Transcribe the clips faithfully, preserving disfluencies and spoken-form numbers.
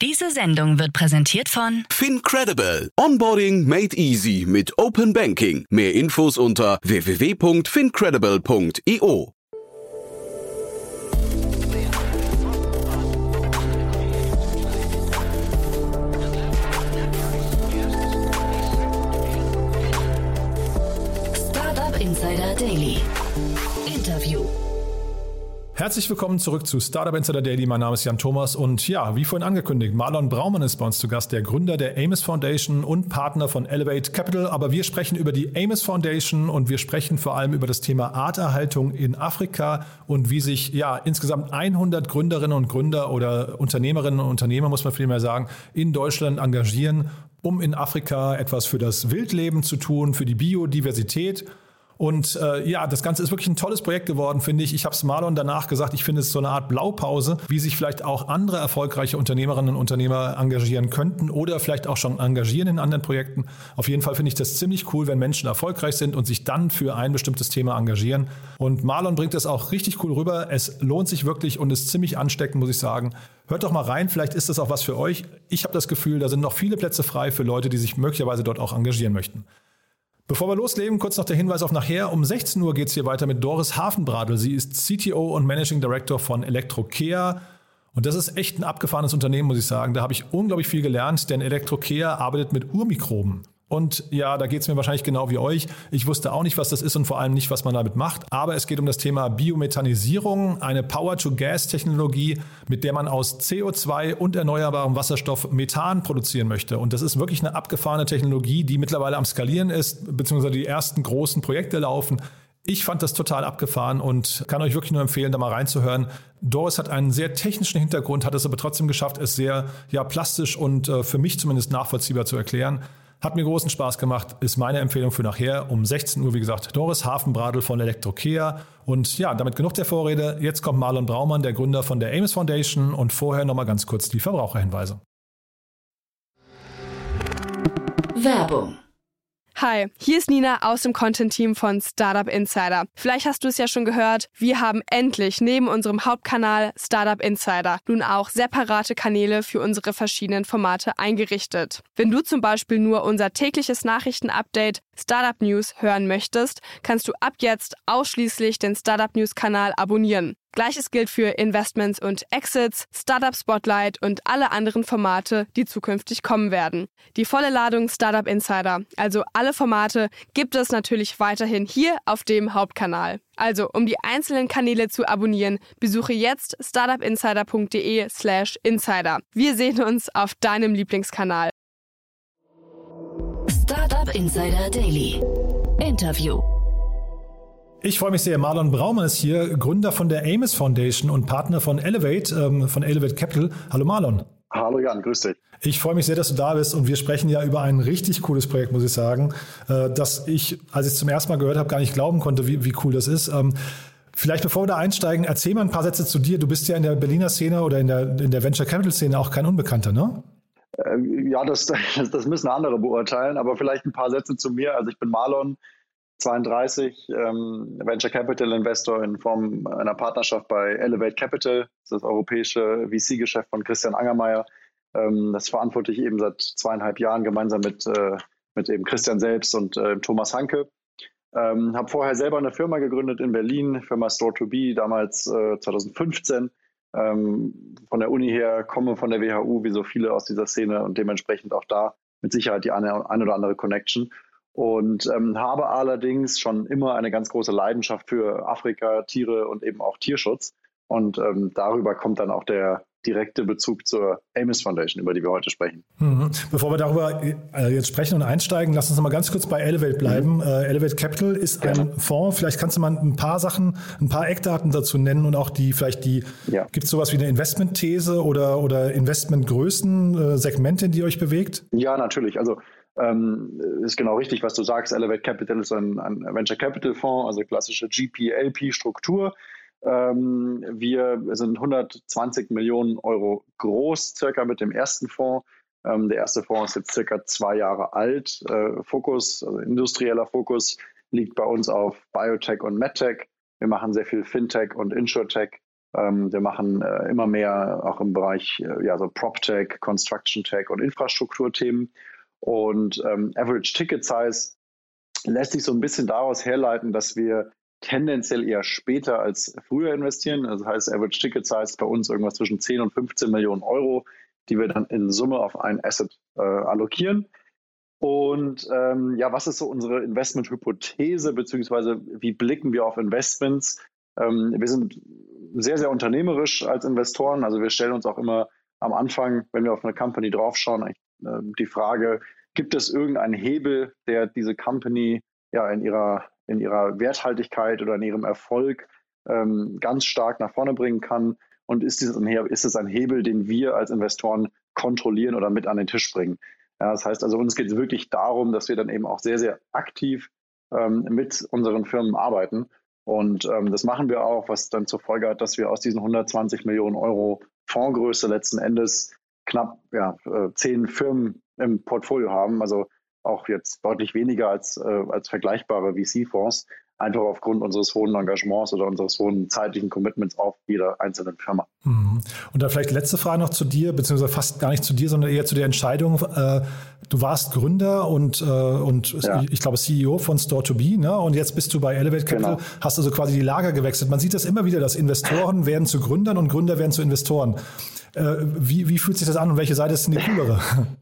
Diese Sendung wird präsentiert von FinCredible. Onboarding made easy mit Open Banking. Mehr Infos unter w w w punkt fincredible punkt i o. Startup Insider Daily. Interview. Herzlich willkommen zurück zu Startup Insider Daily. Mein Name ist Jan Thomas und ja, wie vorhin angekündigt, Marlon Braumann ist bei uns zu Gast, der Gründer der Amos Foundation und Partner von Elevate Capital. Aber wir sprechen über die Amos Foundation und wir sprechen vor allem über das Thema Arterhaltung in Afrika und wie sich ja insgesamt hundert Gründerinnen und Gründer oder Unternehmerinnen und Unternehmer, muss man vielmehr sagen, in Deutschland engagieren, um in Afrika etwas für das Wildleben zu tun, für die Biodiversität. Und äh, ja, das Ganze ist wirklich ein tolles Projekt geworden, finde ich. Ich habe es Marlon danach gesagt, ich finde es so eine Art Blaupause, wie sich vielleicht auch andere erfolgreiche Unternehmerinnen und Unternehmer engagieren könnten oder vielleicht auch schon engagieren in anderen Projekten. Auf jeden Fall finde ich das ziemlich cool, wenn Menschen erfolgreich sind und sich dann für ein bestimmtes Thema engagieren. Und Marlon bringt das auch richtig cool rüber. Es lohnt sich wirklich und ist ziemlich ansteckend, muss ich sagen. Hört doch mal rein, vielleicht ist das auch was für euch. Ich habe das Gefühl, da sind noch viele Plätze frei für Leute, die sich möglicherweise dort auch engagieren möchten. Bevor wir loslegen, kurz noch der Hinweis auf nachher. Um sechzehn Uhr geht es hier weiter mit Doris Hafenbradl. Sie ist C T O und Managing Director von Electrokea. Und das ist echt ein abgefahrenes Unternehmen, muss ich sagen. Da habe ich unglaublich viel gelernt, denn Electrokea arbeitet mit Urmikroben. Und ja, da geht es mir wahrscheinlich genau wie euch. Ich wusste auch nicht, was das ist und vor allem nicht, was man damit macht. Aber es geht um das Thema Biomethanisierung, eine Power-to-Gas-Technologie, mit der man aus C O zwei und erneuerbarem Wasserstoff Methan produzieren möchte. Und das ist wirklich eine abgefahrene Technologie, die mittlerweile am Skalieren ist, beziehungsweise die ersten großen Projekte laufen. Ich fand das total abgefahren und kann euch wirklich nur empfehlen, da mal reinzuhören. Doris hat einen sehr technischen Hintergrund, hat es aber trotzdem geschafft, es sehr ja, plastisch und äh, für mich zumindest nachvollziehbar zu erklären. Hat mir großen Spaß gemacht, ist meine Empfehlung für nachher. Um sechzehn Uhr, wie gesagt, Doris Hafenbradl von Electrokea. Und ja, damit genug der Vorrede. Jetzt kommt Marlon Braumann, der Gründer von der Amos Foundation. Und vorher nochmal ganz kurz die Verbraucherhinweise. Werbung. Hi, hier ist Nina aus dem Content-Team von Startup Insider. Vielleicht hast du es ja schon gehört, wir haben endlich neben unserem Hauptkanal Startup Insider nun auch separate Kanäle für unsere verschiedenen Formate eingerichtet. Wenn du zum Beispiel nur unser tägliches Nachrichtenupdate Startup News hören möchtest, kannst du ab jetzt ausschließlich den Startup News-Kanal abonnieren. Gleiches gilt für Investments und Exits, Startup Spotlight und alle anderen Formate, die zukünftig kommen werden. Die volle Ladung Startup Insider, also alle Formate, gibt es natürlich weiterhin hier auf dem Hauptkanal. Also, um die einzelnen Kanäle zu abonnieren, besuche jetzt startupinsider.de slash insider. Wir sehen uns auf deinem Lieblingskanal. Startup Insider Daily. Interview. Ich freue mich sehr. Marlon Braumann ist hier, Gründer von der Amos Foundation und Partner von Elevate, ähm, von Elevate Capital. Hallo Marlon. Hallo Jan, grüß dich. Ich freue mich sehr, dass du da bist und wir sprechen ja über ein richtig cooles Projekt, muss ich sagen, äh, dass ich, als ich es zum ersten Mal gehört habe, gar nicht glauben konnte, wie, wie cool das ist. Ähm, vielleicht bevor wir da einsteigen, erzähl mal ein paar Sätze zu dir. Du bist ja in der Berliner Szene oder in der, in der Venture Capital Szene auch kein Unbekannter, ne? Äh, ja, das, das, das müssen andere beurteilen, aber vielleicht ein paar Sätze zu mir. Also ich bin Marlon, zweiunddreißig, ähm, Venture Capital Investor in Form einer Partnerschaft bei Elevate Capital, das ist das europäische V C-Geschäft von Christian Angermayer. Ähm, das verantworte ich eben seit zweieinhalb Jahren gemeinsam mit, äh, mit eben Christian selbst und äh, Thomas Hanke. Ähm, habe vorher selber eine Firma gegründet in Berlin, Firma Store to Be, damals äh, zweitausendfünfzehn. Ähm, von der Uni her, komme von der W H U, wie so viele aus dieser Szene und dementsprechend auch da mit Sicherheit die eine, eine oder andere Connection. Und ähm, habe allerdings schon immer eine ganz große Leidenschaft für Afrika, Tiere und eben auch Tierschutz. Und ähm, darüber kommt dann auch der direkte Bezug zur Amos Foundation, über die wir heute sprechen. Mhm. Bevor wir darüber äh, jetzt sprechen und einsteigen, lass uns noch mal ganz kurz bei Elevate bleiben. Mhm. Äh, Elevate Capital ist ein ja. Fonds. Vielleicht kannst du mal ein paar Sachen, ein paar Eckdaten dazu nennen und auch die, vielleicht die, ja. gibt es sowas wie eine Investmentthese oder, oder Investmentgrößen, äh, Segmente, die euch bewegt? Ja, natürlich. Also Ähm, ist genau richtig, was du sagst. Elevate Capital ist ein, ein Venture Capital Fonds, also klassische G P L P-Struktur. Ähm, wir sind hundertzwanzig Millionen Euro groß, circa mit dem ersten Fonds. Ähm, der erste Fonds ist jetzt circa zwei Jahre alt. Äh, Fokus, also industrieller Fokus, liegt bei uns auf Biotech und MedTech. Wir machen sehr viel Fintech und Insurtech. Ähm, wir machen äh, immer mehr auch im Bereich äh, ja, so PropTech, Construction Tech und Infrastrukturthemen. Und ähm, Average Ticket Size lässt sich so ein bisschen daraus herleiten, dass wir tendenziell eher später als früher investieren. Also das heißt, Average Ticket Size bei uns irgendwas zwischen zehn und fünfzehn Millionen Euro, die wir dann in Summe auf ein Asset äh, allokieren. Und ähm, ja, was ist so unsere Investmenthypothese, beziehungsweise wie blicken wir auf Investments? Ähm, wir sind sehr, sehr unternehmerisch als Investoren. Also wir stellen uns auch immer am Anfang, wenn wir auf eine Company draufschauen, äh, die Frage, gibt es irgendeinen Hebel, der diese Company ja in ihrer, in ihrer Werthaltigkeit oder in ihrem Erfolg ähm, ganz stark nach vorne bringen kann? Und ist, dieses, ist es ein Hebel, den wir als Investoren kontrollieren oder mit an den Tisch bringen? Ja, das heißt also, uns geht es wirklich darum, dass wir dann eben auch sehr, sehr aktiv ähm, mit unseren Firmen arbeiten. Und ähm, das machen wir auch, was dann zur Folge hat, dass wir aus diesen hundertzwanzig Millionen Euro Fondsgröße letzten Endes knapp ja, zehn Firmen im Portfolio haben. Also auch jetzt deutlich weniger als, äh, als vergleichbare V C-Fonds, einfach aufgrund unseres hohen Engagements oder unseres hohen zeitlichen Commitments auf jeder einzelnen Firma. Mhm. Und dann vielleicht letzte Frage noch zu dir, beziehungsweise fast gar nicht zu dir, sondern eher zu der Entscheidung. Äh, du warst Gründer und, äh, und ja. ich glaube C E O von Store to Be, ne? Und jetzt bist du bei Elevate Capital, genau. Hast also quasi die Lager gewechselt. Man sieht das immer wieder, dass Investoren werden zu Gründern und Gründer werden zu Investoren. Äh, wie, wie fühlt sich das an und welche Seite ist denn die coolere?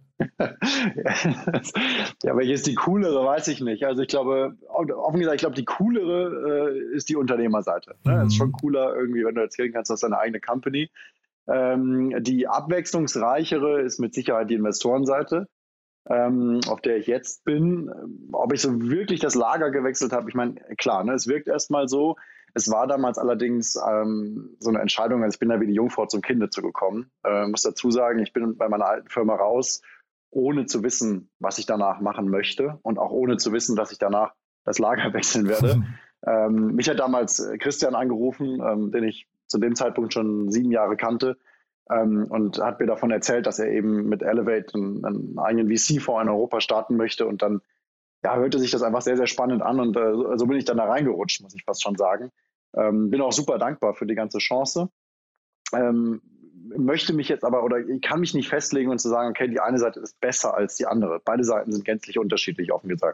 Ja, welche ist die coolere, weiß ich nicht. Also ich glaube, offen gesagt, ich glaube, die coolere äh, ist die Unternehmerseite. Ne? Mhm. Es ist schon cooler irgendwie, wenn du erzählen kannst, du hast deine eigene Company. Ähm, die abwechslungsreichere ist mit Sicherheit die Investorenseite, ähm, auf der ich jetzt bin. Ob ich so wirklich das Lager gewechselt habe, ich meine, klar, ne, es wirkt erstmal so. Es war damals allerdings ähm, so eine Entscheidung, also ich bin da wie die Jungfrau zum Kinde zugekommen. Äh, muss dazu sagen, ich bin bei meiner alten Firma raus, ohne zu wissen, was ich danach machen möchte und auch ohne zu wissen, dass ich danach das Lager wechseln werde. Mhm. Ähm, mich hat damals Christian angerufen, ähm, den ich zu dem Zeitpunkt schon sieben Jahre kannte, ähm, und hat mir davon erzählt, dass er eben mit Elevate einen, einen eigenen V C-Fonds in Europa starten möchte. Und dann ja, hörte sich das einfach sehr, sehr spannend an und äh, so bin ich dann da reingerutscht, muss ich fast schon sagen. Ähm, bin auch super dankbar für die ganze Chance. Ähm, möchte mich jetzt aber, oder ich kann mich nicht festlegen und zu sagen, okay, die eine Seite ist besser als die andere. Beide Seiten sind gänzlich unterschiedlich, offen gesagt.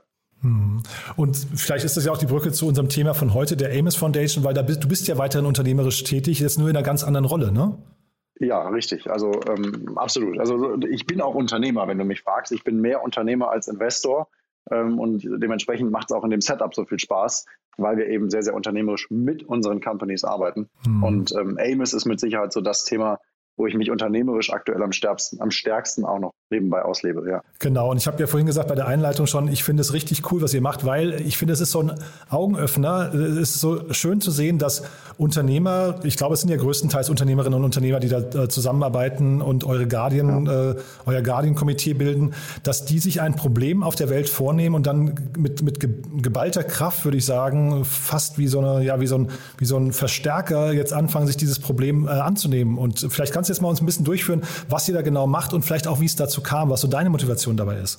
Und vielleicht ist das ja auch die Brücke zu unserem Thema von heute, der Amos Foundation, weil da bist, du bist ja weiterhin unternehmerisch tätig, jetzt nur in einer ganz anderen Rolle, ne? Ja, richtig. Also ähm, absolut. Also ich bin auch Unternehmer, wenn du mich fragst. Ich bin mehr Unternehmer als Investor. Ähm, und dementsprechend macht es auch in dem Setup so viel Spaß, weil wir eben sehr, sehr unternehmerisch mit unseren Companies arbeiten. Hm. Und ähm, Amos ist mit Sicherheit so das Thema, wo ich mich unternehmerisch aktuell am stärksten, am stärksten auch noch nebenbei auslebe. Ja. Genau, und ich habe ja vorhin gesagt bei der Einleitung schon, ich finde es richtig cool, was ihr macht, weil ich finde, es ist so ein Augenöffner. Es ist so schön zu sehen, dass Unternehmer, ich glaube, es sind ja größtenteils Unternehmerinnen und Unternehmer, die da äh, zusammenarbeiten und eure Guardian, ja. äh, euer Guardian-Komitee bilden, dass die sich ein Problem auf der Welt vornehmen und dann mit, mit ge- geballter Kraft, würde ich sagen, fast wie so eine, ja, wie so ein, wie so ein Verstärker jetzt anfangen, sich dieses Problem äh, anzunehmen. Und vielleicht kannst du jetzt mal uns ein bisschen durchführen, was ihr da genau macht und vielleicht auch, wie es dazu kam, was so deine Motivation dabei ist.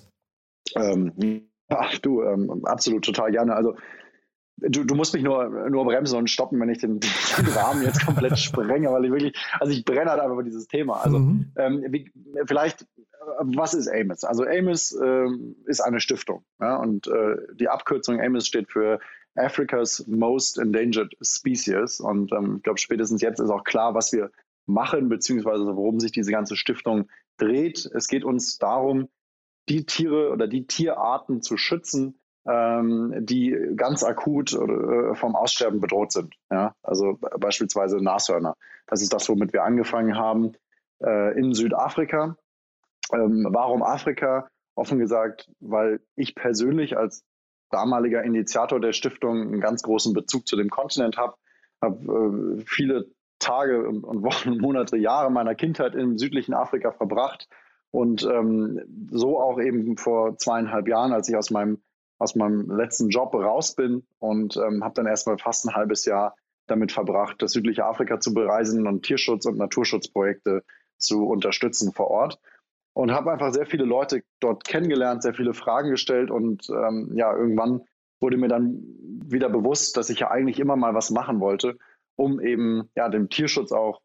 Ähm, ach du, ähm, absolut, total gerne. Also du, du musst mich nur, nur bremsen und stoppen, wenn ich den, den Rahmen jetzt komplett sprenge, weil ich wirklich, also ich brenne halt einfach über dieses Thema. Also mhm. ähm, wie, vielleicht, was ist Amos? Also Amos ähm, ist eine Stiftung, ja, und äh, die Abkürzung Amos steht für Africa's Most Endangered Species, und ähm, ich glaube, spätestens jetzt ist auch klar, was wir machen, beziehungsweise worum sich diese ganze Stiftung dreht. Es geht uns darum, die Tiere oder die Tierarten zu schützen, ähm, die ganz akut äh, vom Aussterben bedroht sind. Ja? Also beispielsweise Nashörner. Das ist das, womit wir angefangen haben äh, in Südafrika. Ähm, warum Afrika? Offen gesagt, weil ich persönlich als damaliger Initiator der Stiftung einen ganz großen Bezug zu dem Kontinent habe, habe äh, viele Tage und, und Wochen und Monate, Jahre meiner Kindheit im südlichen Afrika verbracht und ähm, so auch eben vor zweieinhalb Jahren, als ich aus meinem, aus meinem letzten Job raus bin und ähm, habe dann erstmal fast ein halbes Jahr damit verbracht, das südliche Afrika zu bereisen und Tierschutz- und Naturschutzprojekte zu unterstützen vor Ort und habe einfach sehr viele Leute dort kennengelernt, sehr viele Fragen gestellt und ähm, ja, irgendwann wurde mir dann wieder bewusst, dass ich ja eigentlich immer mal was machen wollte, um eben ja, dem Tierschutz auch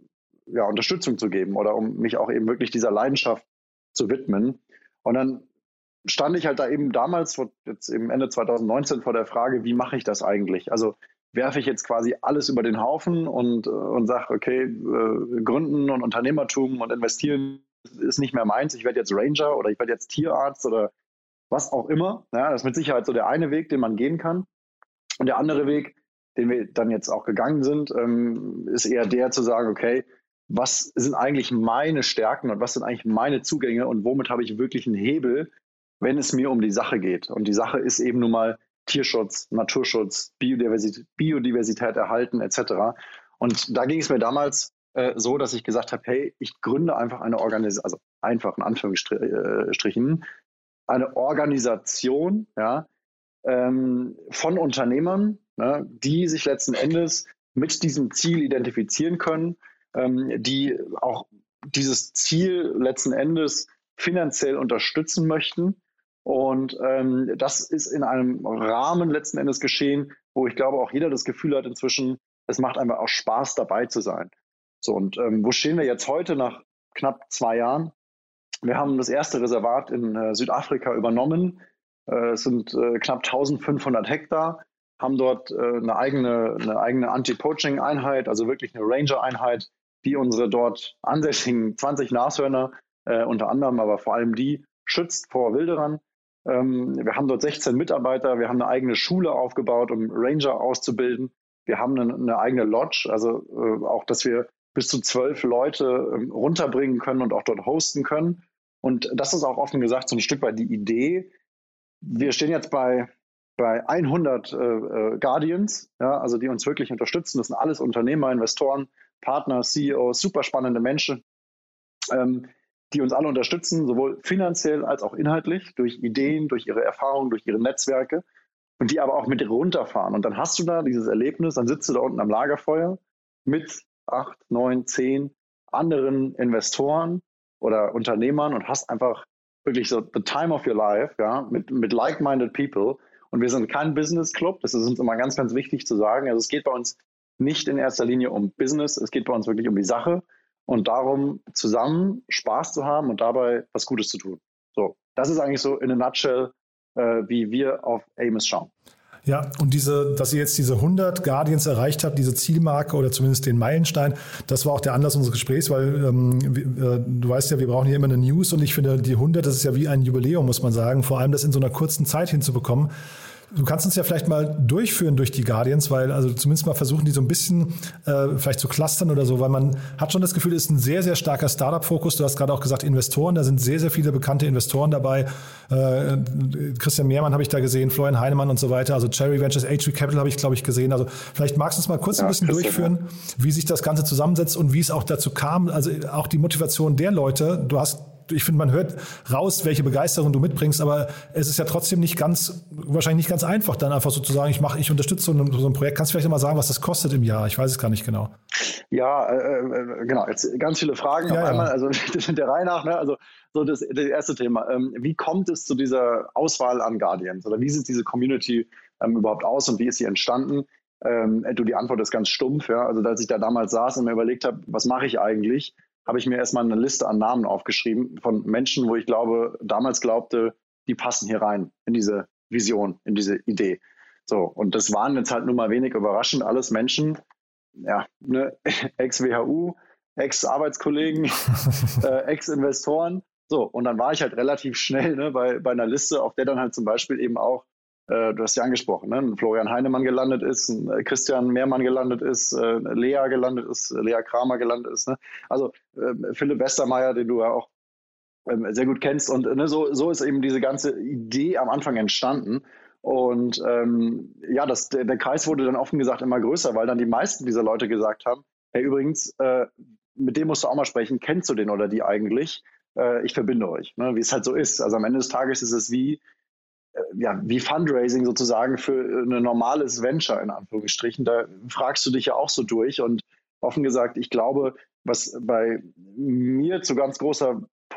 ja, Unterstützung zu geben oder um mich auch eben wirklich dieser Leidenschaft zu widmen. Und dann stand ich halt da eben damals, jetzt eben Ende zwanzig neunzehn, vor der Frage, wie mache ich das eigentlich? Also werfe ich jetzt quasi alles über den Haufen und, und sage, okay, äh, Gründen und Unternehmertum und Investieren ist nicht mehr meins. Ich werde jetzt Ranger oder ich werde jetzt Tierarzt oder was auch immer. Ja, das ist mit Sicherheit so der eine Weg, den man gehen kann. Und der andere Weg, den wir dann jetzt auch gegangen sind, ähm, ist eher der zu sagen, okay, was sind eigentlich meine Stärken und was sind eigentlich meine Zugänge und womit habe ich wirklich einen Hebel, wenn es mir um die Sache geht. Und die Sache ist eben nun mal Tierschutz, Naturschutz, Biodiversität, Biodiversität erhalten et cetera. Und da ging es mir damals äh, so, dass ich gesagt habe, hey, ich gründe einfach eine Organisation, also einfach in Anführungsstrichen, eine Organisation ja, ähm, von Unternehmern, ne, die sich letzten Endes mit diesem Ziel identifizieren können, ähm, die auch dieses Ziel letzten Endes finanziell unterstützen möchten. Und ähm, das ist in einem Rahmen letzten Endes geschehen, wo ich glaube, auch jeder das Gefühl hat inzwischen, es macht einfach auch Spaß, dabei zu sein. So, und ähm, wo stehen wir jetzt heute nach knapp zwei Jahren? Wir haben das erste Reservat in äh, Südafrika übernommen. Äh, es sind äh, knapp eintausendfünfhundert Hektar, haben dort äh, eine eigene, eine eigene Anti-Poaching-Einheit, also wirklich eine Ranger-Einheit, die unsere dort ansässigen zwanzig Nashörner, äh, unter anderem, aber vor allem die, schützt vor Wilderern. Wir haben dort sechzehn Mitarbeiter, wir haben eine eigene Schule aufgebaut, um Ranger auszubilden. Wir haben eine, eine eigene Lodge, also äh, auch, dass wir bis zu zwölf Leute äh, runterbringen können und auch dort hosten können. Und das ist auch offen gesagt so ein Stück weit die Idee. Wir stehen jetzt bei, bei hundert äh, Guardians, ja, also die uns wirklich unterstützen. Das sind alles Unternehmer, Investoren, Partner, C E Os, super spannende Menschen. Ähm, die uns alle unterstützen, sowohl finanziell als auch inhaltlich, durch Ideen, durch ihre Erfahrungen, durch ihre Netzwerke und die aber auch mit runterfahren. Und dann hast du da dieses Erlebnis, dann sitzt du da unten am Lagerfeuer mit acht, neun, zehn anderen Investoren oder Unternehmern und hast einfach wirklich so the time of your life, ja, mit, mit like-minded people. Und wir sind kein Business Club, das ist uns immer ganz, ganz wichtig zu sagen. Also es geht bei uns nicht in erster Linie um Business, es geht bei uns wirklich um die Sache. Und darum, zusammen Spaß zu haben und dabei was Gutes zu tun. So, das ist eigentlich so in a nutshell, äh, wie wir auf Amos schauen. Ja, und diese, dass ihr jetzt diese hundert Guardians erreicht habt, diese Zielmarke oder zumindest den Meilenstein, das war auch der Anlass unseres Gesprächs, weil ähm, äh, du weißt ja, wir brauchen hier immer eine News und ich finde, die hundert, das ist ja wie ein Jubiläum, muss man sagen, vor allem das in so einer kurzen Zeit hinzubekommen. Du kannst uns ja vielleicht mal durchführen durch die Guardians, weil also zumindest mal versuchen, die so ein bisschen äh, vielleicht zu clustern oder so, weil man hat schon das Gefühl, es ist ein sehr, sehr starker Startup-Fokus. Du hast gerade auch gesagt, Investoren, da sind sehr, sehr viele bekannte Investoren dabei. Äh, Christian Mehrmann habe ich da gesehen, Florian Heinemann und so weiter. Also Cherry Ventures, H V Capital habe ich, glaube ich, gesehen. Also vielleicht magst du uns mal kurz ja, ein bisschen durchführen, ja. wie sich das Ganze zusammensetzt und wie es auch dazu kam. Also auch die Motivation der Leute. Du hast Ich finde, man hört raus, welche Begeisterung du mitbringst, aber es ist ja trotzdem nicht ganz, wahrscheinlich nicht ganz einfach, dann einfach so zu sagen, ich mache, ich unterstütze so ein, so ein Projekt. Kannst du vielleicht mal sagen, was das kostet im Jahr? Ich weiß es gar nicht genau. Ja, äh, genau. Jetzt ganz viele Fragen ja, auf einmal. Ja. Also der Reihe nach. Ne? Also so das, das erste Thema. Ähm, wie kommt es zu dieser Auswahl an Guardians? Oder wie sieht diese Community ähm, überhaupt aus und wie ist sie entstanden? Ähm, du, die Antwort ist ganz stumpf. Ja? Also als ich da damals saß und mir überlegt habe, was mache ich eigentlich, habe ich mir erstmal eine Liste an Namen aufgeschrieben von Menschen, wo ich glaube, damals glaubte, die passen hier rein in diese Vision, in diese Idee. So, und das waren jetzt halt nur mal wenig überraschend alles Menschen, ja, ne, Ex-W H U, Ex-Arbeitskollegen, äh, Ex-Investoren. So, und dann war ich halt relativ schnell ne, bei, bei einer Liste, auf der dann halt zum Beispiel eben auch, äh, du hast ja angesprochen, ne, ein Florian Heinemann gelandet ist, ein äh, Christian Mehrmann gelandet ist, äh, Lea gelandet ist, äh, Lea Kramer gelandet ist. Ne? Also äh, Philipp Westermeier, den du ja auch äh, sehr gut kennst. Und ne, so, so ist eben diese ganze Idee am Anfang entstanden. Und ähm, ja, das, der, der Kreis wurde dann offen gesagt immer größer, weil dann die meisten dieser Leute gesagt haben, hey, übrigens, äh, mit dem musst du auch mal sprechen, kennst du den oder die eigentlich? Äh, ich verbinde euch, ne? Wie es halt so ist. Also am Ende des Tages ist es wie, äh, ja, wie Fundraising sozusagen für ein normales Venture in Anführungsstrichen. Da fragst du dich ja auch so durch. Und offen gesagt, ich glaube, was bei mir zu ganz großer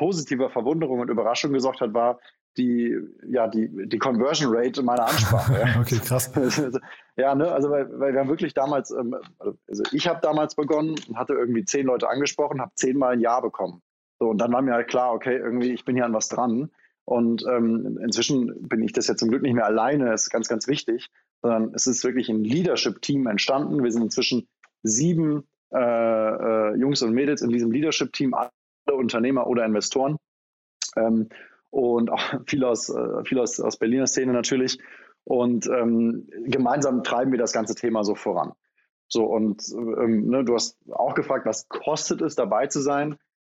positiver Verwunderung und Überraschung gesorgt hat, war die, ja, die, die Conversion Rate meiner Ansprache. Okay, krass. Ja, ne, also weil, weil wir haben wirklich damals, ähm, also ich habe damals begonnen und hatte irgendwie zehn Leute angesprochen, habe zehnmal ein Ja bekommen. So, und dann war mir halt klar, okay, irgendwie, ich bin hier an was dran. Und ähm, inzwischen bin ich das ja zum Glück nicht mehr alleine, das ist ganz, ganz wichtig, sondern es ist wirklich ein Leadership-Team entstanden. Wir sind inzwischen sieben äh, äh, Jungs und Mädels in diesem Leadership-Team, alle Unternehmer oder Investoren. Ähm, und auch viele aus, äh, viele aus, aus Berliner Szene natürlich. Und ähm, gemeinsam treiben wir das ganze Thema so voran. So, und ähm, ne, du hast auch gefragt, was kostet es, dabei zu sein?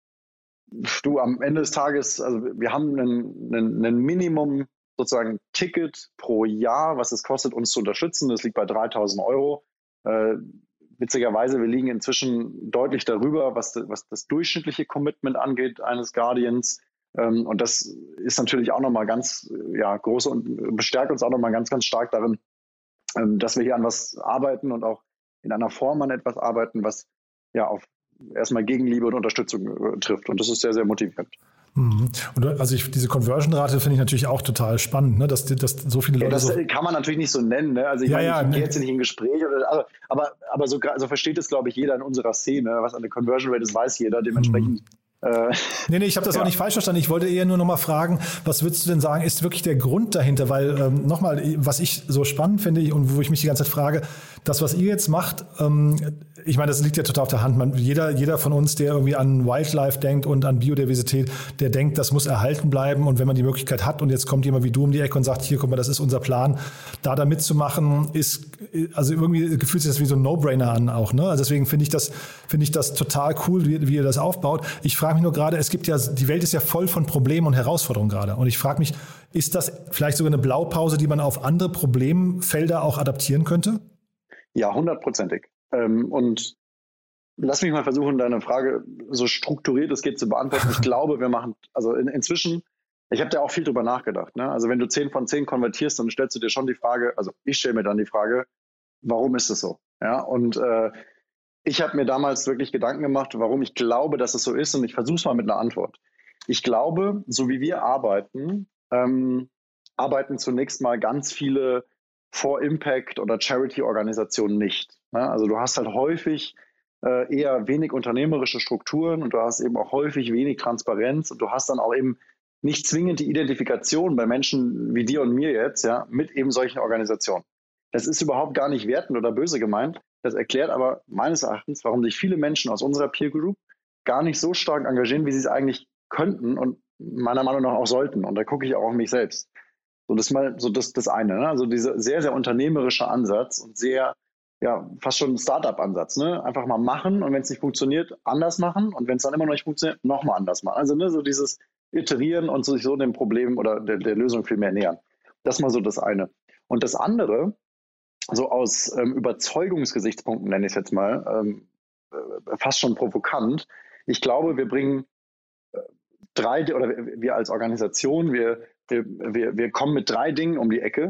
Du, am Ende des Tages, also wir haben einen, einen, einen Minimum sozusagen Ticket pro Jahr, was es kostet, uns zu unterstützen. Das liegt bei dreitausend Euro. Äh, witzigerweise, wir liegen inzwischen deutlich darüber, was, was das durchschnittliche Commitment angeht eines Guardians. Ähm, und das ist natürlich auch nochmal ganz ja, groß und bestärkt uns auch nochmal ganz, ganz stark darin, ähm, dass wir hier an was arbeiten und auch in einer Form an etwas arbeiten, was ja auf erstmal Gegenliebe und Unterstützung äh, trifft. Und das ist sehr, sehr motivierend. Mhm. Und also ich, diese Conversion-Rate finde ich natürlich auch total spannend, ne? dass, dass so viele Leute. Ja, das so kann man natürlich nicht so nennen. Ne? Also ich, ja, meine, ja, ich ne. gehe jetzt nicht in ein Gespräch, oder, aber, aber, aber so, so versteht es, glaube ich, jeder in unserer Szene. Was eine Conversion Rate ist, weiß jeder. Dementsprechend. Mhm. Äh, nee, nee, ich habe das ja. auch nicht falsch verstanden. Ich wollte eher nur noch mal fragen, was würdest du denn sagen, ist wirklich der Grund dahinter? Weil ähm, nochmal, was ich so spannend finde und wo ich mich die ganze Zeit frage, das, was ihr jetzt macht, ähm, ich meine, das liegt ja total auf der Hand. Man, jeder, jeder von uns, der irgendwie an Wildlife denkt und an Biodiversität, der denkt, das muss erhalten bleiben. Und wenn man die Möglichkeit hat und jetzt kommt jemand wie du um die Ecke und sagt, hier, guck mal, das ist unser Plan, da da mitzumachen, ist, also irgendwie gefühlt sich das wie so ein No-Brainer an auch. Ne? Also deswegen finde ich das, finde ich das total cool, wie, wie ihr das aufbaut. Ich frage mich nur gerade, es gibt ja, die Welt ist ja voll von Problemen und Herausforderungen gerade. Und ich frage mich, ist das vielleicht sogar eine Blaupause, die man auf andere Problemfelder auch adaptieren könnte? Ja, hundertprozentig. Ähm, und lass mich mal versuchen, deine Frage so strukturiert es geht zu beantworten. Ich glaube, wir machen, also in, inzwischen, ich habe da auch viel drüber nachgedacht. Ne? Also wenn du zehn von zehn konvertierst, dann stellst du dir schon die Frage, also ich stelle mir dann die Frage, warum ist es so? Ja, und äh, ich habe mir damals wirklich Gedanken gemacht, warum ich glaube, dass es so ist, und ich versuche es mal mit einer Antwort. Ich glaube, so wie wir arbeiten, ähm, arbeiten zunächst mal ganz viele For-Impact- oder Charity-Organisationen nicht. Ne? Also du hast halt häufig äh, eher wenig unternehmerische Strukturen und du hast eben auch häufig wenig Transparenz und du hast dann auch eben nicht zwingend die Identifikation bei Menschen wie dir und mir jetzt, ja, mit eben solchen Organisationen. Das ist überhaupt gar nicht wertend oder böse gemeint. Das erklärt aber meines Erachtens, warum sich viele Menschen aus unserer Peer Group gar nicht so stark engagieren, wie sie es eigentlich könnten und meiner Meinung nach auch sollten. Und da gucke ich auch auf mich selbst. So, das ist mal so das, das eine. Ne? Also dieser sehr, sehr unternehmerische Ansatz und sehr, ja, fast schon ein Start-up-Ansatz. Ne? Einfach mal machen und wenn es nicht funktioniert, anders machen. Und wenn es dann immer noch nicht funktioniert, nochmal anders machen. Also ne, so dieses Iterieren und sich so dem Problem oder der, der Lösung viel mehr nähern. Das ist mal so das eine. Und das andere, so aus ähm, Überzeugungsgesichtspunkten nenne ich es jetzt mal, ähm, äh, fast schon provokant. Ich glaube, wir bringen äh, drei, oder wir als Organisation, wir, wir, wir, wir kommen mit drei Dingen um die Ecke,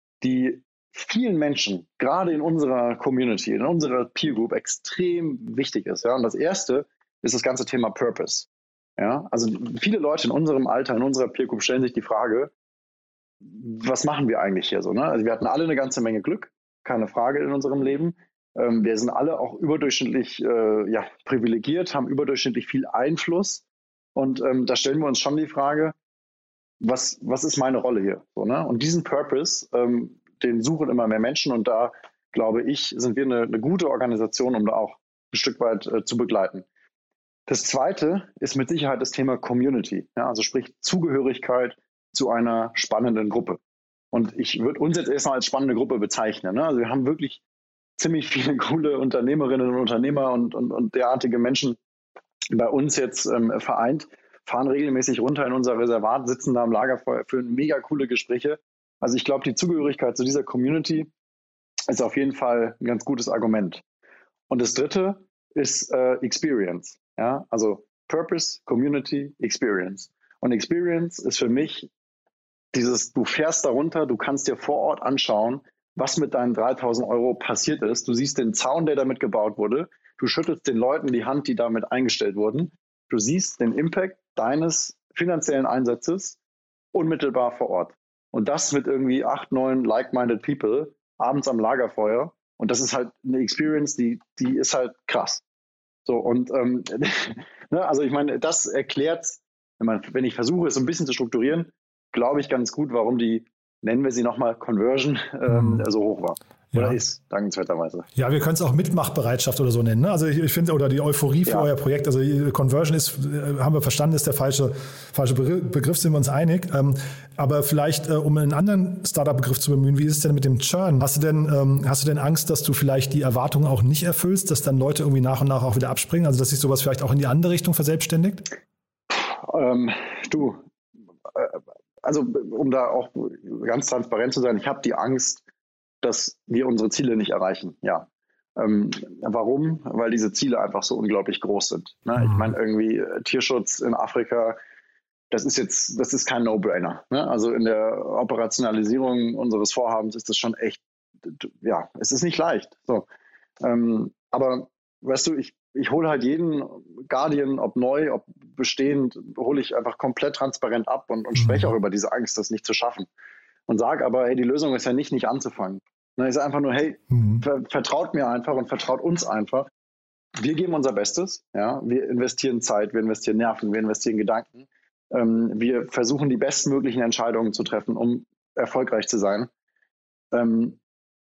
die vielen Menschen, gerade in unserer Community, in unserer Peer Group, extrem wichtig ist. Ja? Und das erste ist das ganze Thema Purpose. Ja? Also viele Leute in unserem Alter, in unserer Peer Group stellen sich die Frage, was machen wir eigentlich hier so? Ne? Also wir hatten alle eine ganze Menge Glück, keine Frage, in unserem Leben. Ähm, wir sind alle auch überdurchschnittlich äh, ja, privilegiert, haben überdurchschnittlich viel Einfluss. Und ähm, da stellen wir uns schon die Frage, was, was ist meine Rolle hier? So, ne? Und diesen Purpose, ähm, den suchen immer mehr Menschen. Und da, glaube ich, sind wir eine, eine gute Organisation, um da auch ein Stück weit äh, zu begleiten. Das Zweite ist mit Sicherheit das Thema Community. Ja? Also sprich Zugehörigkeit zu einer spannenden Gruppe. Und ich würde uns jetzt erstmal als spannende Gruppe bezeichnen. Ne? Also wir haben wirklich ziemlich viele coole Unternehmerinnen und Unternehmer und, und, und derartige Menschen bei uns jetzt ähm, vereint, fahren regelmäßig runter in unser Reservat, sitzen da am Lagerfeuer, führen mega coole Gespräche. Also ich glaube, die Zugehörigkeit zu dieser Community ist auf jeden Fall ein ganz gutes Argument. Und das Dritte ist äh, Experience. Ja? Also Purpose, Community, Experience. Und Experience ist für mich dieses, du fährst da runter, du kannst dir vor Ort anschauen, was mit deinen dreitausend Euro passiert ist. Du siehst den Zaun, der damit gebaut wurde. Du schüttelst den Leuten die Hand, die damit eingestellt wurden. Du siehst den Impact, deines finanziellen Einsatzes unmittelbar vor Ort. Und das mit irgendwie acht, neun like-minded people abends am Lagerfeuer. Und das ist halt eine Experience, die, die ist halt krass. So, und ähm, ne, also ich meine, das erklärt, wenn, man, wenn ich versuche, es so ein bisschen zu strukturieren, glaube ich ganz gut, warum die, nennen wir sie nochmal, Conversion ähm, mhm. so hoch war. Oder ja. ist, dankenswerterweise. Ja, wir können es auch Mitmachbereitschaft oder so nennen. Ne? Also ich, ich finde, oder die Euphorie für ja. euer Projekt, also Conversion ist, haben wir verstanden, ist der falsche, falsche Begriff, sind wir uns einig. Ähm, aber vielleicht, äh, um einen anderen Startup-Begriff zu bemühen, wie ist es denn mit dem Churn? Hast du denn, ähm, hast du denn Angst, dass du vielleicht die Erwartungen auch nicht erfüllst, dass dann Leute irgendwie nach und nach auch wieder abspringen? Also dass sich sowas vielleicht auch in die andere Richtung verselbstständigt? Ähm, du, äh, also um da auch ganz transparent zu sein, ich habe die Angst, dass wir unsere Ziele nicht erreichen, ja. Ähm, warum? Weil diese Ziele einfach so unglaublich groß sind. Ne? Mhm. Ich meine, irgendwie äh, Tierschutz in Afrika, das ist jetzt, das ist kein No-Brainer. Ne? Also in der Operationalisierung unseres Vorhabens ist das schon echt, ja, es ist nicht leicht. So. Ähm, aber weißt du, ich, ich hole halt jeden Guardian, ob neu, ob bestehend, hole ich einfach komplett transparent ab und, und spreche auch über diese Angst, das nicht zu schaffen. Und sage aber, hey, die Lösung ist ja nicht, nicht anzufangen. Ich sage einfach nur, hey, mhm. ver- vertraut mir einfach und vertraut uns einfach. Wir geben unser Bestes. Ja? Wir investieren Zeit, wir investieren Nerven, wir investieren Gedanken. Ähm, wir versuchen, die bestmöglichen Entscheidungen zu treffen, um erfolgreich zu sein. Ähm,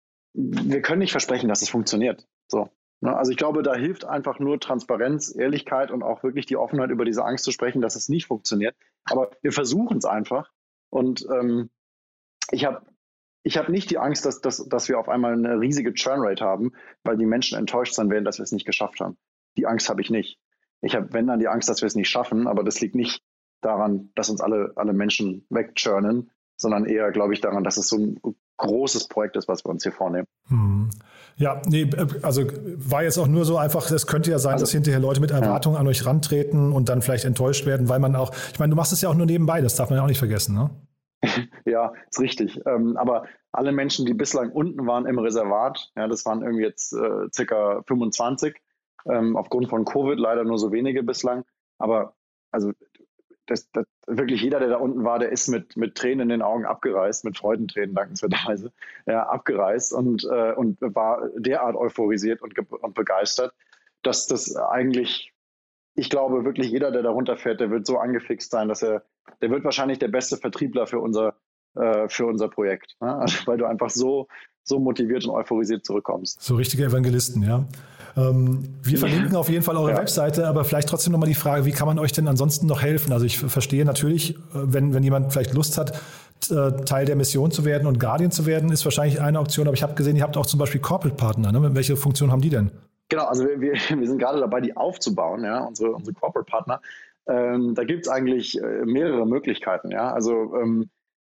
wir können nicht versprechen, dass es funktioniert. So. Ne? Also ich glaube, da hilft einfach nur Transparenz, Ehrlichkeit und auch wirklich die Offenheit, über diese Angst zu sprechen, dass es nicht funktioniert. Aber wir versuchen es einfach. Und ähm, ich habe Ich habe nicht die Angst, dass, dass, dass wir auf einmal eine riesige Churn-Rate haben, weil die Menschen enttäuscht sein werden, dass wir es nicht geschafft haben. Die Angst habe ich nicht. Ich habe, wenn dann, die Angst, dass wir es nicht schaffen, aber das liegt nicht daran, dass uns alle, alle Menschen wegchurnen, sondern eher, glaube ich, daran, dass es so ein großes Projekt ist, was wir uns hier vornehmen. Hm. Ja, nee, also war jetzt auch nur so einfach, es könnte ja sein, also, dass hinterher Leute mit Erwartungen ja. an euch rantreten und dann vielleicht enttäuscht werden, weil man auch, ich meine, du machst es ja auch nur nebenbei, das darf man ja auch nicht vergessen, ne? Ja, ist richtig. Ähm, aber alle Menschen, die bislang unten waren im Reservat, ja, das waren irgendwie jetzt äh, circa fünfundzwanzig, ähm, aufgrund von Covid leider nur so wenige bislang. Aber also das, das, wirklich jeder, der da unten war, der ist mit, mit Tränen in den Augen abgereist, mit Freudentränen dankenswerterweise, ja, abgereist und, äh, und war derart euphorisiert und, ge- und begeistert, dass das eigentlich, ich glaube wirklich jeder, der da runterfährt, der wird so angefixt sein, dass er, der wird wahrscheinlich der beste Vertriebler für unser, äh, für unser Projekt, ne? Also, weil du einfach so, so motiviert und euphorisiert zurückkommst. So richtige Evangelisten, ja. Ähm, wir verlinken auf jeden Fall eure ja. Webseite, aber vielleicht trotzdem nochmal die Frage, wie kann man euch denn ansonsten noch helfen? Also ich verstehe natürlich, wenn, wenn jemand vielleicht Lust hat, Teil der Mission zu werden und Guardian zu werden, ist wahrscheinlich eine Option, aber ich habe gesehen, ihr habt auch zum Beispiel Corporate Partner, ne? Welche Funktion haben die denn? Genau, also wir, wir, wir sind gerade dabei, die aufzubauen, ja, unsere, unsere Corporate Partner. Ähm, da gibt es eigentlich äh, mehrere Möglichkeiten. Ja? Also ähm,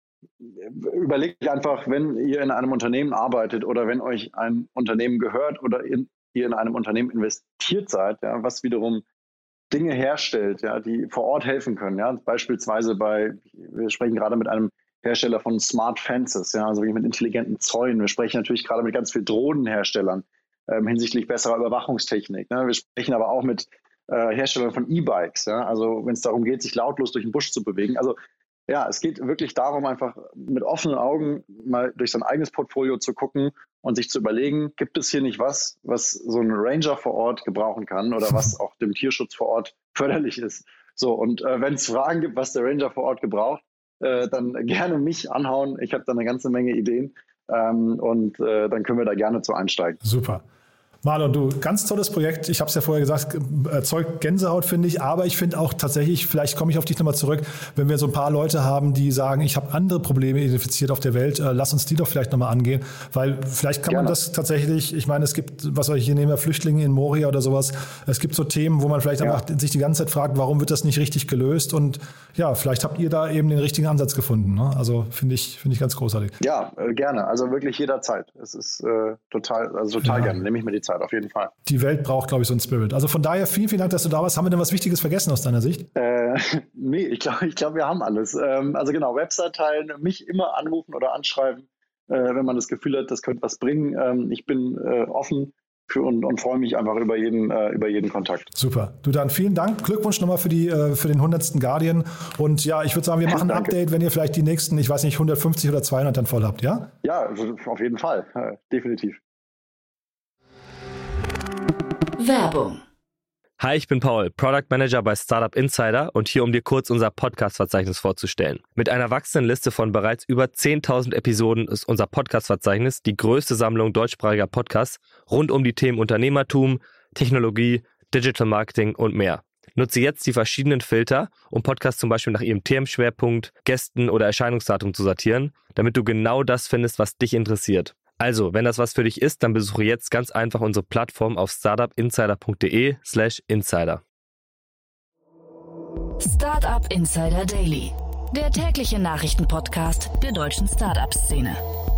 überlegt einfach, wenn ihr in einem Unternehmen arbeitet oder wenn euch ein Unternehmen gehört oder in, ihr in einem Unternehmen investiert seid, ja, was wiederum Dinge herstellt, ja, die vor Ort helfen können. Ja? Beispielsweise bei, wir sprechen gerade mit einem Hersteller von Smart Fences, ja, also mit intelligenten Zäunen. Wir sprechen natürlich gerade mit ganz vielen Drohnenherstellern ähm, hinsichtlich besserer Überwachungstechnik. Ne? Wir sprechen aber auch mit äh, Herstellern von E-Bikes, ja? Also wenn es darum geht, sich lautlos durch den Busch zu bewegen. Also ja, es geht wirklich darum, einfach mit offenen Augen mal durch sein eigenes Portfolio zu gucken und sich zu überlegen, gibt es hier nicht was, was so ein Ranger vor Ort gebrauchen kann oder was auch dem Tierschutz vor Ort förderlich ist. So, und äh, wenn es Fragen gibt, was der Ranger vor Ort gebraucht, äh, dann gerne mich anhauen. Ich habe da eine ganze Menge Ideen ähm, und äh, dann können wir da gerne zu einsteigen. Super. Marlon, du, ganz tolles Projekt. Ich habe es ja vorher gesagt, erzeugt Gänsehaut, finde ich. Aber ich finde auch tatsächlich, vielleicht komme ich auf dich nochmal zurück, wenn wir so ein paar Leute haben, die sagen, ich habe andere Probleme identifiziert auf der Welt, äh, lass uns die doch vielleicht nochmal angehen. Weil vielleicht kann Gerne. man das tatsächlich, ich meine, es gibt, was soll ich hier nehmen, Flüchtlinge in Moria oder sowas. Es gibt so Themen, wo man vielleicht ja. einfach sich die ganze Zeit fragt, warum wird das nicht richtig gelöst? Und ja, vielleicht habt ihr da eben den richtigen Ansatz gefunden. Ne? Also finde ich, finde ich ganz großartig. Ja, äh, gerne. Also wirklich jederzeit. Es ist äh, total, also total ja. gerne. Nehme ich mir die Zeit. Auf jeden Fall. Die Welt braucht, glaube ich, so einen Spirit. Also von daher vielen, vielen Dank, dass du da warst. Haben wir denn was Wichtiges vergessen aus deiner Sicht? Äh, nee, ich glaube, ich glaub, wir haben alles. Ähm, also genau, Website teilen, mich immer anrufen oder anschreiben, äh, wenn man das Gefühl hat, das könnte was bringen. Ähm, ich bin äh, offen für, und, und freue mich einfach über jeden, äh, über jeden Kontakt. Super. Du dann vielen Dank. Glückwunsch nochmal für, die, äh, für den hundertsten Guardian. Und ja, ich würde sagen, wir machen ein Update, wenn ihr vielleicht die nächsten, ich weiß nicht, hundertfünfzig oder zweihundert dann voll habt, ja? Ja, auf jeden Fall. Ja, definitiv. Werbung. Hi, ich bin Paul, Product Manager bei Startup Insider und hier, um dir kurz unser Podcast-Verzeichnis vorzustellen. Mit einer wachsenden Liste von bereits über zehntausend Episoden ist unser Podcast-Verzeichnis die größte Sammlung deutschsprachiger Podcasts rund um die Themen Unternehmertum, Technologie, Digital Marketing und mehr. Nutze jetzt die verschiedenen Filter, um Podcasts zum Beispiel nach ihrem Themenschwerpunkt, Gästen oder Erscheinungsdatum zu sortieren, damit du genau das findest, was dich interessiert. Also, wenn das was für dich ist, dann besuche jetzt ganz einfach unsere Plattform auf startupinsider.de slash insider. Startup Insider Daily, der tägliche Nachrichtenpodcast der deutschen Startup-Szene.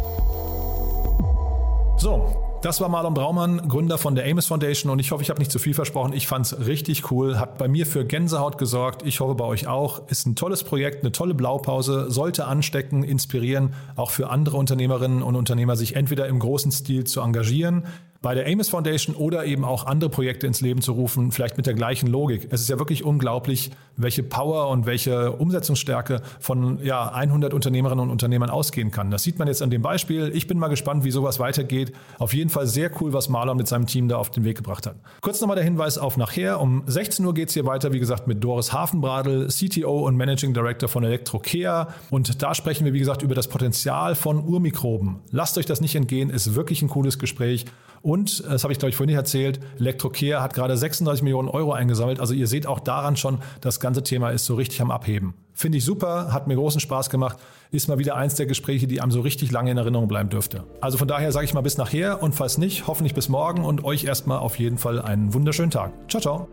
So, das war Marlon Braumann, Gründer von der Amos Foundation und ich hoffe, ich habe nicht zu viel versprochen. Ich fand es richtig cool, hat bei mir für Gänsehaut gesorgt. Ich hoffe bei euch auch. Ist ein tolles Projekt, eine tolle Blaupause, sollte anstecken, inspirieren, auch für andere Unternehmerinnen und Unternehmer, sich entweder im großen Stil zu engagieren, bei der Amos Foundation oder eben auch andere Projekte ins Leben zu rufen, vielleicht mit der gleichen Logik. Es ist ja wirklich unglaublich, welche Power und welche Umsetzungsstärke von ja, hundert Unternehmerinnen und Unternehmern ausgehen kann. Das sieht man jetzt an dem Beispiel. Ich bin mal gespannt, wie sowas weitergeht. Auf jeden Fall sehr cool, was Marlon mit seinem Team da auf den Weg gebracht hat. Kurz nochmal der Hinweis auf nachher. Um sechzehn Uhr geht es hier weiter, wie gesagt, mit Doris Hafenbradl, C T O und Managing Director von Elektrokea. Und da sprechen wir, wie gesagt, über das Potenzial von Urmikroben. Lasst euch das nicht entgehen, ist wirklich ein cooles Gespräch. Und, das habe ich glaube ich vorhin nicht erzählt, Elektrokea hat gerade sechsunddreißig Millionen Euro eingesammelt. Also ihr seht auch daran schon, das ganze Thema ist so richtig am Abheben. Finde ich super, hat mir großen Spaß gemacht. Ist mal wieder eins der Gespräche, die einem so richtig lange in Erinnerung bleiben dürfte. Also von daher sage ich mal bis nachher und falls nicht, hoffentlich bis morgen und euch erstmal auf jeden Fall einen wunderschönen Tag. Ciao, ciao.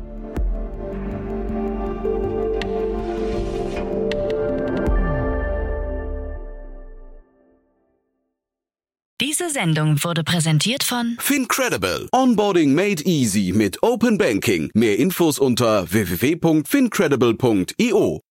Diese Sendung wurde präsentiert von FinCredible. Onboarding made easy mit Open Banking. Mehr Infos unter w w w punkt fincredible punkt i o.